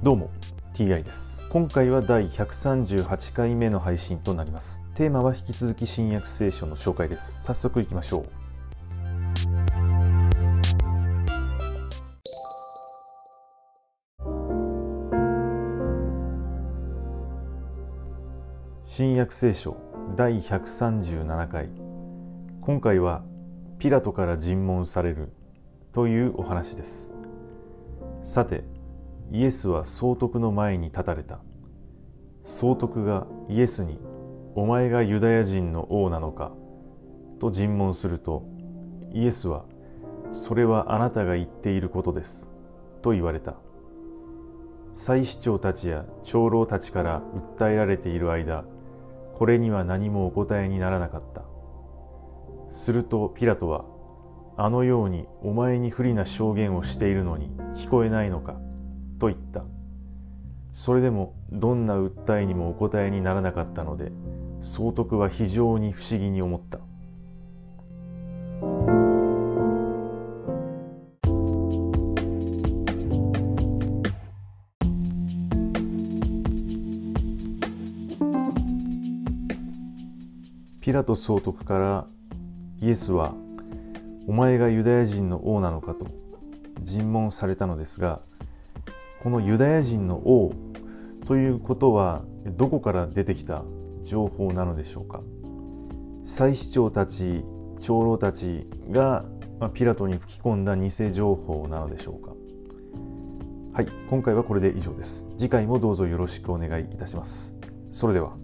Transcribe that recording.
どうも TI です。今回は第138回目の配信となります。テーマは引き続き新約聖書の紹介です。早速いきましょう。新約聖書第137回。今回はピラトから尋問されるというお話です。さて、イエスは総督の前に立たれた。総督がイエスに、お前がユダヤ人の王なのかと尋問すると、イエスは、それはあなたが言っていることですと言われた。祭司長たちや長老たちから訴えられている間、これには何もお答えにならなかった。するとピラトは、あのようにお前に不利な証言をしているのに聞こえないのかと言った。それでもどんな訴えにもお答えにならなかったので、総督は非常に不思議に思った。ピラト総督からイエスは、お前がユダヤ人の王なのかと尋問されたのですが、このユダヤ人の王ということはどこから出てきた情報なのでしょうか。祭司長たち、長老たちがピラトに吹き込んだ偽情報なのでしょうか。はい、今回はこれで以上です。次回もどうぞよろしくお願いいたします。それでは。